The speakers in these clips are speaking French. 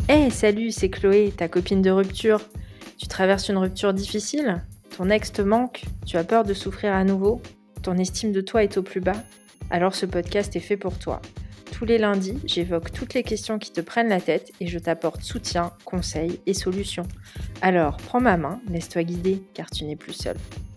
Hey, salut, c'est Chloé, ta copine de rupture. Tu traverses une rupture difficile? Ton ex te manque? Tu as peur de souffrir à nouveau? Ton estime de toi est au plus bas? Alors ce podcast est fait pour toi. Tous les lundis, j'évoque toutes les questions qui te prennent la tête et je t'apporte soutien, conseils et solutions. Alors, prends ma main, laisse-toi guider, car tu n'es plus seul.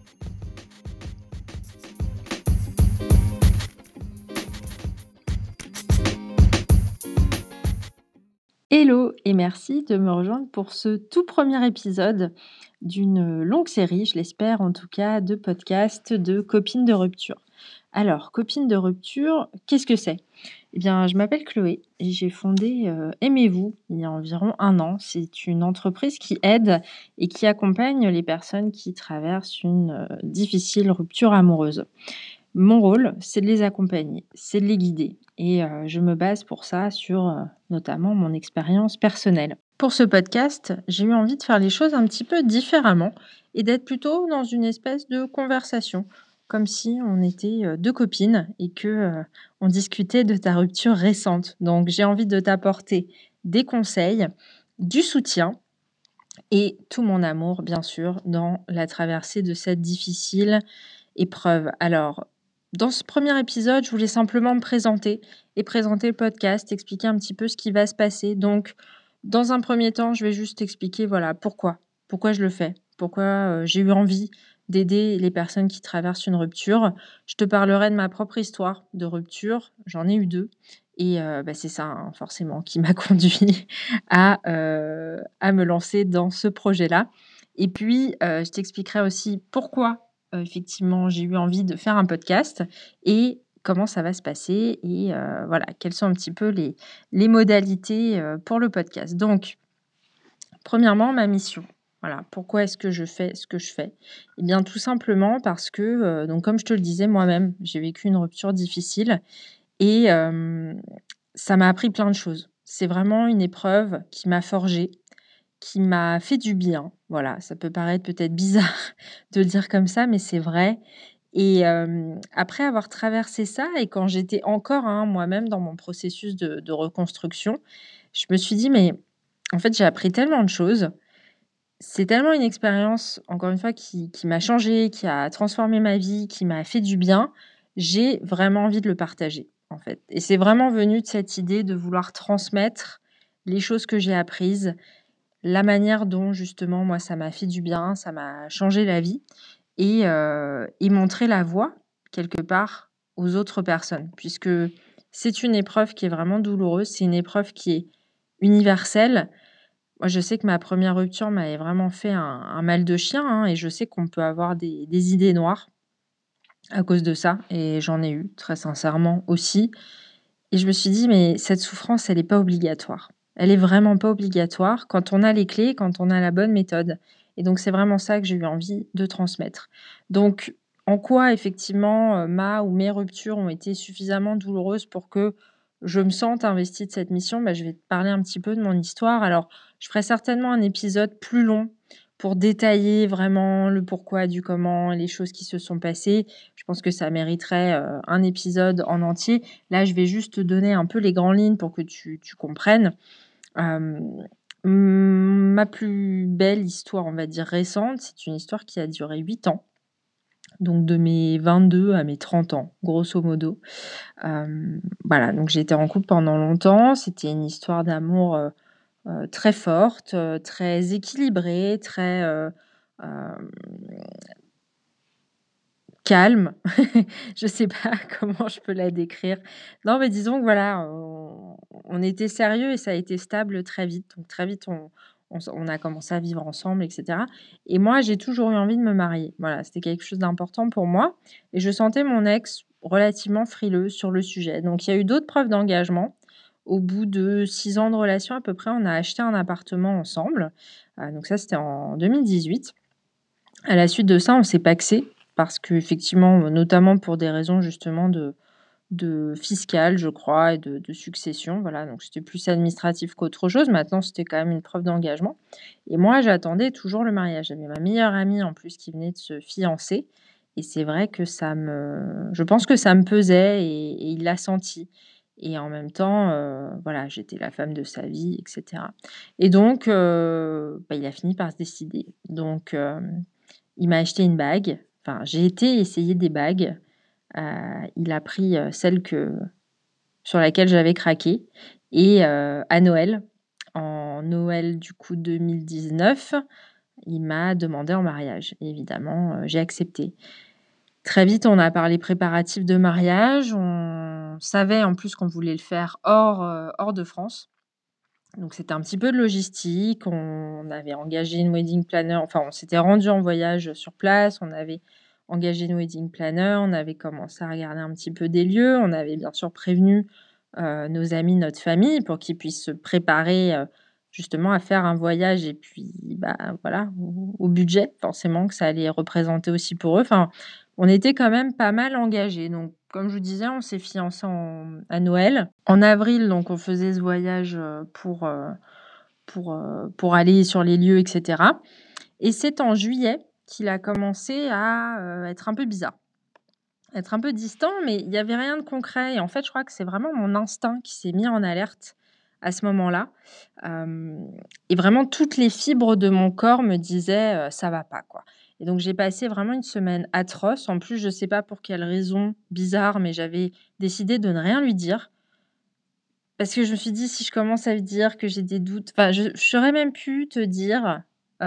Hello et merci de me rejoindre pour ce tout premier épisode d'une longue série, je l'espère en tout cas, de podcasts de copines de rupture. Alors, copines de rupture, qu'est-ce que c'est? Eh bien, je m'appelle Chloé et j'ai fondé Aimez-vous il y a environ 1 an. C'est une entreprise qui aide et qui accompagne les personnes qui traversent une difficile rupture amoureuse. Mon rôle, c'est de les accompagner, c'est de les guider et je me base pour ça sur, notamment mon expérience personnelle. Pour ce podcast, j'ai eu envie de faire les choses un petit peu différemment et d'être plutôt dans une espèce de conversation, comme si on était, 2 copines et que, on discutait de ta rupture récente. Donc j'ai envie de t'apporter des conseils, du soutien et tout mon amour, bien sûr, dans la traversée de cette difficile épreuve. Alors, dans ce premier épisode, je voulais simplement me présenter et présenter le podcast, expliquer un petit peu ce qui va se passer. Donc, dans un premier temps, je vais juste expliquer, voilà, pourquoi je le fais, pourquoi j'ai eu envie d'aider les personnes qui traversent une rupture. Je te parlerai de ma propre histoire de rupture, j'en ai eu deux. Et c'est ça, hein, forcément, qui m'a conduit à me lancer dans ce projet-là. Et puis, je t'expliquerai aussi pourquoi effectivement, j'ai eu envie de faire un podcast et comment ça va se passer et voilà, quelles sont un petit peu les modalités, pour le podcast. Donc, premièrement, ma mission. Voilà, pourquoi est-ce que je fais ce que je fais? Eh bien, tout simplement parce que, donc comme je te le disais, moi-même, j'ai vécu une rupture difficile et ça m'a appris plein de choses. C'est vraiment une épreuve qui m'a forgée, qui m'a fait du bien. Voilà, ça peut paraître peut-être bizarre de le dire comme ça, mais c'est vrai et après avoir traversé ça et quand j'étais encore, hein, moi-même dans mon processus de reconstruction, je me suis dit: «Mais en fait, j'ai appris tellement de choses». C'est tellement une expérience, encore une fois, qui m'a changée, qui a transformé ma vie, qui m'a fait du bien. J'ai vraiment envie de le partager, en fait et c'est vraiment venu de cette idée de vouloir transmettre les choses que j'ai apprises, la manière dont justement, moi, ça m'a fait du bien, ça m'a changé la vie et montrer la voie, quelque part, aux autres personnes. Puisque c'est une épreuve qui est vraiment douloureuse, c'est une épreuve qui est universelle. Moi, je sais que ma première rupture m'avait vraiment fait un mal de chien, hein, et je sais qu'on peut avoir des idées noires à cause de ça et j'en ai eu, très sincèrement aussi et je me suis dit: «Mais cette souffrance, elle est pas obligatoire. Elle est vraiment pas obligatoire quand on a les clés, quand on a la bonne méthode» et donc c'est vraiment ça que j'ai eu envie de transmettre. Donc en quoi effectivement, ma ou mes ruptures ont été suffisamment douloureuses pour que je me sente investie de cette mission? Bah, je vais te parler un petit peu de mon histoire. Alors, je ferai certainement un épisode plus long pour détailler vraiment le pourquoi du comment, les choses qui se sont passées. Je pense que ça mériterait, un épisode en entier. Là, je vais juste te donner un peu les grandes lignes pour que tu comprennes. Hem, Ma plus belle histoire, on va dire récente, c'est une histoire qui a duré 8 ans, donc de mes 22 à mes 30 ans, grosso modo. Voilà, donc j'ai été en couple pendant longtemps. C'était une histoire d'amour, très forte, très équilibrée, très, hem calme, je sais pas comment je peux la décrire. Non, mais disons que voilà, on était sérieux et ça a été stable très vite. Donc très vite, on a commencé à vivre ensemble et cetera et moi, j'ai toujours eu envie de me marier. Voilà, c'était quelque chose d'important pour moi et je sentais mon ex relativement frileux sur le sujet. Donc il y a eu d'autres preuves d'engagement. Au bout de 6 ans de relation à peu près, on a acheté un appartement ensemble. Donc ça, c'était en 2018. À la suite de ça, on s'est pacsé parce qu'effectivement, notamment pour des raisons justement de fiscales, je crois et de succession, voilà, donc c'était plus administratif qu'autre chose. Maintenant, c'était quand même une preuve d'engagement et moi, j'attendais toujours le mariage. J'avais ma meilleure amie en plus qui venait de se fiancer et c'est vrai que je pense que ça me pesait et il l'a senti et en même temps, voilà, j'étais la femme de sa vie et cetera et donc il a fini par se décider. Donc il m'a acheté une bague, enfin, j'ai été essayer des bagues. Heu, il a pris, celle sur laquelle j'avais craqué et à Noël, en Noël du coup 2019, il m'a demandé en mariage et évidemment, j'ai accepté. Très vite, on a parlé préparatifs de mariage, on savait en plus qu'on voulait le faire hors de France. Donc c'était un petit peu de logistique, on avait engagé une wedding planner, enfin on s'était rendu en voyage sur place, on avait engagé une wedding planner, on avait commencé à regarder un petit peu des lieux, on avait bien sûr prévenu, nos amis, notre famille pour qu'ils puissent se préparer, justement à faire un voyage et puis, bah, voilà, au budget forcément que ça allait représenter aussi pour eux. Enfin, on était quand même pas mal engagés. Donc comme je vous disais, on s'est fiancés à Noël. En avril, donc on faisait ce voyage, pour aller sur les lieux et cetera et c'est en juillet qu'il a commencé à, être un peu bizarre, être un peu distant, mais il y avait rien de concret et en fait, je crois que c'est vraiment mon instinct qui s'est mis en alerte à ce moment-là, hem et vraiment toutes les fibres de mon corps me disaient, «Ça va pas, quoi» et donc j'ai passé vraiment une semaine atroce. En plus, je sais pas pour quelle raison bizarre, mais j'avais décidé de ne rien lui dire parce que je me suis dit: «Si je commence à lui dire que j'ai des doutes», enfin, je saurais même plus te dire,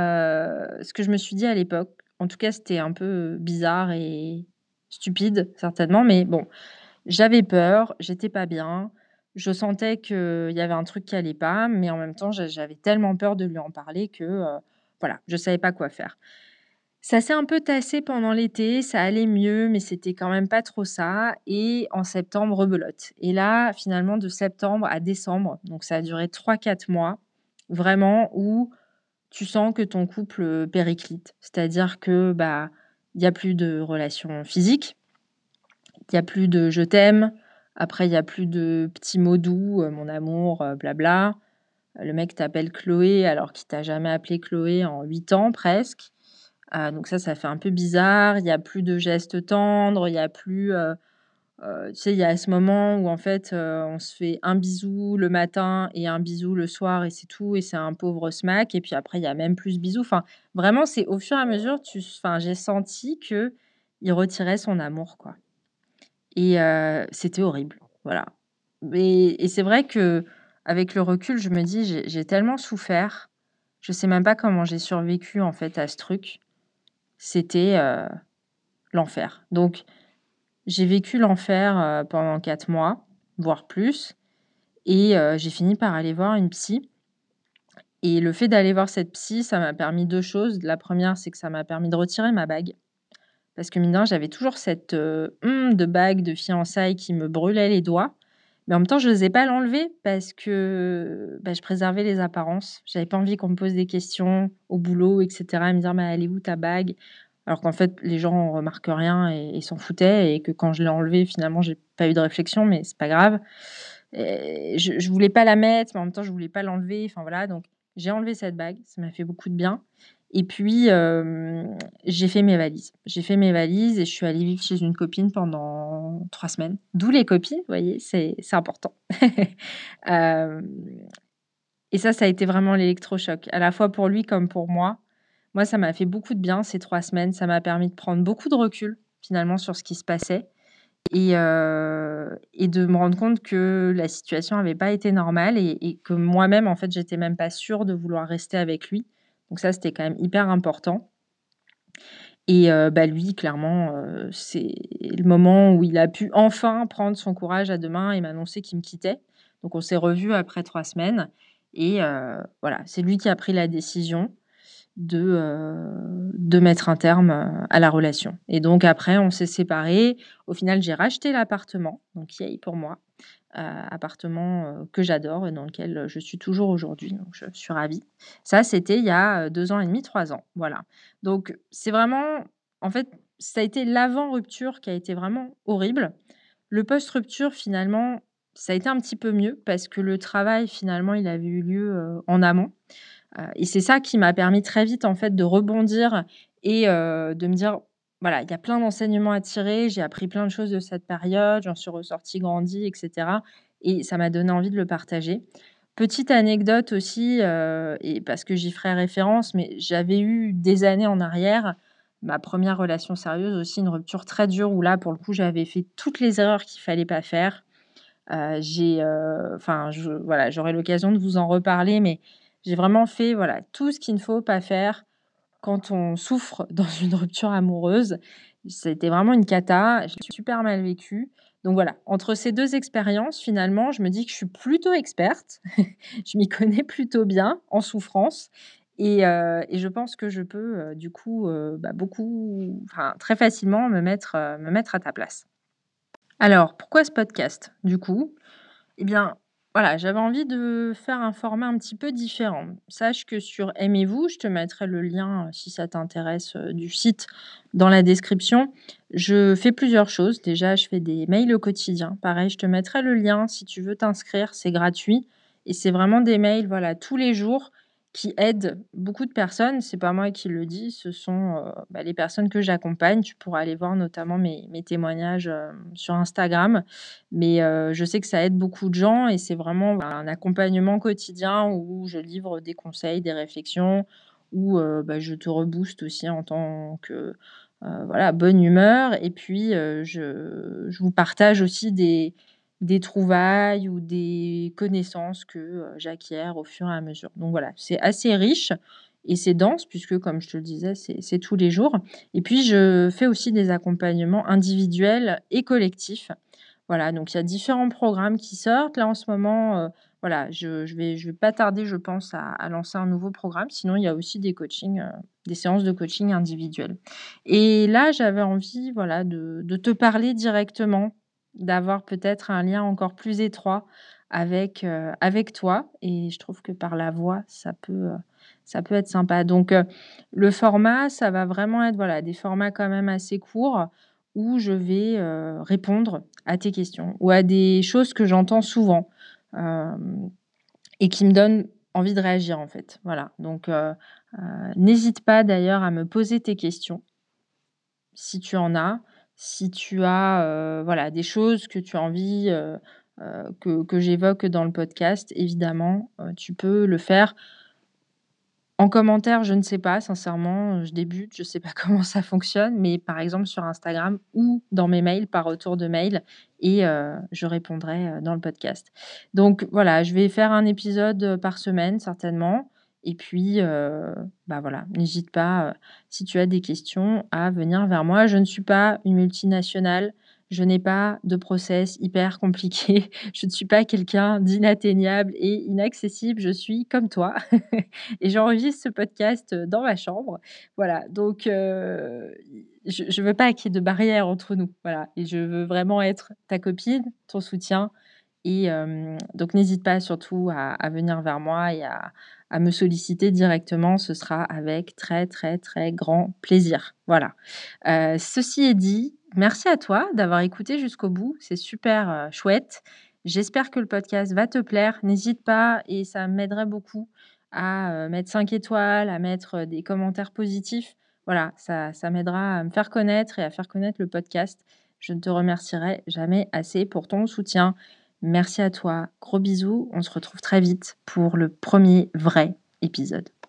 ce que je me suis dit à l'époque. En tout cas, c'était un peu bizarre et stupide certainement, mais bon, j'avais peur, j'étais pas bien, je sentais qu'il y avait un truc qui allait pas, mais en même temps, j'avais tellement peur de lui en parler que, voilà, je savais pas quoi faire. Ça s'est un peu tassé pendant l'été, ça allait mieux, mais c'était quand même pas trop ça et en septembre, rebelote et là, finalement, de septembre à décembre, donc ça a duré 3 4 mois, vraiment où tu sens que ton couple, périclite. C'est-à-dire que, bah, il y a plus de relations physiques, il y a plus de «je t'aime», après il y a plus de petits mots doux, «mon amour», blabla. Le mec t'appelle Chloé alors qu'il t'a jamais appelé Chloé en 8 ans presque. Donc ça fait un peu bizarre. Il y a plus de gestes tendres, il y a plus, tu sais, il y a ce moment où en fait, on se fait un bisou le matin et un bisou le soir et c'est tout et c'est un pauvre smack et puis après il y a même plus ce bisou. Enfin, vraiment, c'est au fur et à mesure, enfin, j'ai senti qu'il retirait son amour, quoi et c'était horrible, voilà et c'est vrai que avec le recul, je me dis: «J'ai tellement souffert, je sais même pas comment j'ai survécu, en fait, à ce truc». C'était, l'enfer. Donc j'ai vécu l'enfer, pendant 4 mois, voire plus et j'ai fini par aller voir une psy et le fait d'aller voir cette psy, ça m'a permis 2 choses. La première, c'est que ça m'a permis de retirer ma bague parce que mine de rien, j'avais toujours cette, de bague de fiançailles qui me brûlait les doigts, mais en même temps, je n'osais pas l'enlever parce que, bah, je préservais les apparences. J'avais pas envie qu'on me pose des questions au boulot et cetera et me dire: «Mais elle est où ta bague?» alors qu'en fait, les gens remarquent rien et s'en foutaient et que quand je l'ai enlevée, finalement, j'ai pas eu de réflexion, mais c'est pas grave et je voulais pas la mettre, mais en même temps, je voulais pas l'enlever, enfin voilà, donc j'ai enlevé cette bague, ça m'a fait beaucoup de bien et puis, j'ai fait mes valises. J'ai fait mes valises et je suis allée vivre chez une copine pendant 3 semaines. D'où les copines, vous voyez? C'est important. Hem et ça a été vraiment l'électrochoc, à la fois pour lui comme pour moi. Moi, ça m'a fait beaucoup de bien ces 3 semaines. Ça m'a permis de prendre beaucoup de recul, finalement, sur ce qui se passait et de me rendre compte que la situation avait pas été normale et que moi-même, en fait, j'étais même pas sûre de vouloir rester avec lui. Donc ça, c'était quand même hyper important et bah, lui, clairement, c'est le moment où il a pu enfin prendre son courage à 2 mains et m'annoncer qu'il me quittait. Donc on s'est revus après 3 semaines et voilà, c'est lui qui a pris la décision de mettre un terme, à la relation et donc après on s'est séparés. Au final, j'ai racheté l'appartement, donc yay pour moi, appartement, que j'adore et dans lequel, je suis toujours aujourd'hui, donc je suis ravie. Ça, c'était il y a, 2 ans et demi, 3 ans, voilà. Donc c'est vraiment en fait, ça a été l'avant-rupture qui a été vraiment horrible. Le post-rupture, finalement, ça a été un petit peu mieux parce que le travail, finalement, il avait eu lieu, en amont. Et c'est ça qui m'a permis très vite, en fait, de rebondir et de me dire: «Voilà, il y a plein d'enseignements à tirer, j'ai appris plein de choses de cette période, j'en suis ressortie grandie et cetera» et ça m'a donné envie de le partager. Petite anecdote aussi, et parce que j'y ferai référence, mais j'avais eu des années en arrière, ma première relation sérieuse aussi, une rupture très dure où là, pour le coup, j'avais fait toutes les erreurs qu'il fallait pas faire. Enfin, voilà, j'aurai l'occasion de vous en reparler, mais j'ai vraiment fait, voilà, tout ce qu'il ne faut pas faire quand on souffre dans une rupture amoureuse. C'était vraiment une cata, je l'ai super mal vécu. Donc voilà, entre ces 2 expériences, finalement, je me dis que je suis plutôt experte. Je m'y connais plutôt bien en souffrance et je pense que je peux, du coup, beaucoup enfin, très facilement me mettre à ta place. Alors, pourquoi ce podcast, du coup? Eh bien, voilà, j'avais envie de faire un format un petit peu différent. Sache que sur Aimez-vous, je te mettrai le lien, si ça t'intéresse, du site dans la description. Je fais plusieurs choses. Déjà, je fais des mails au quotidien. Pareil, je te mettrai le lien si tu veux t'inscrire, c'est gratuit et c'est vraiment des mails, voilà, tous les jours qui aident beaucoup de personnes. C'est pas moi qui le dis, ce sont, les personnes que j'accompagne. Tu pourras aller voir notamment mes témoignages, sur Instagram. Mais je sais que ça aide beaucoup de gens et c'est vraiment, voilà, un accompagnement quotidien où je livre des conseils, des réflexions, où, je te rebooste aussi en tant que, voilà, bonne humeur et puis, je vous partage aussi des trouvailles ou des connaissances que, j'acquiers au fur et à mesure. Donc voilà, c'est assez riche et c'est dense puisque comme je te le disais, c'est tous les jours et puis je fais aussi des accompagnements individuels et collectifs. Voilà, donc il y a différents programmes qui sortent. Là, en ce moment, voilà, je vais pas tarder, je pense, à lancer un nouveau programme. Sinon, il y a aussi des coachings, des séances de coaching individuelles. Et là, j'avais envie, voilà, de te parler directement, d'avoir peut-être un lien encore plus étroit avec toi et je trouve que par la voix, ça peut être sympa. Donc, le format, ça va vraiment être, voilà, des formats quand même assez courts où je vais, répondre à tes questions ou à des choses que j'entends souvent, hem et qui me donnent envie de réagir, en fait. Voilà, donc n'hésite pas d'ailleurs à me poser tes questions, si tu en as. Si tu as, voilà, des choses que tu as envie, que j'évoque dans le podcast, évidemment, tu peux le faire. En commentaire, je ne sais pas sincèrement, je débute, je sais pas comment ça fonctionne, mais par exemple sur Instagram ou dans mes mails par retour de mail et je répondrai, dans le podcast. Donc voilà, je vais faire un épisode, par semaine certainement et puis, voilà, n'hésite pas, si tu as des questions à venir vers moi. Je ne suis pas une multinationale, je n'ai pas de process hyper compliqué, je ne suis pas quelqu'un d'inatteignable et inaccessible, je suis comme toi. Et j'enregistre ce podcast, dans ma chambre. Voilà, donc je veux pas qu'il y ait de barrière entre nous, voilà et je veux vraiment être ta copine, ton soutien et donc n'hésite pas surtout à venir vers moi et à me solliciter directement. Ce sera avec très, très, très grand plaisir. Voilà. Ceci est dit, merci à toi d'avoir écouté jusqu'au bout. C'est super, chouette. J'espère que le podcast va te plaire. N'hésite pas et ça m'aiderait beaucoup à, mettre 5 étoiles, à mettre, des commentaires positifs. Voilà, ça m'aidera à me faire connaître et à faire connaître le podcast. Je ne te remercierai jamais assez pour ton soutien. Merci à toi. Gros bisous. On se retrouve très vite pour le premier vrai épisode.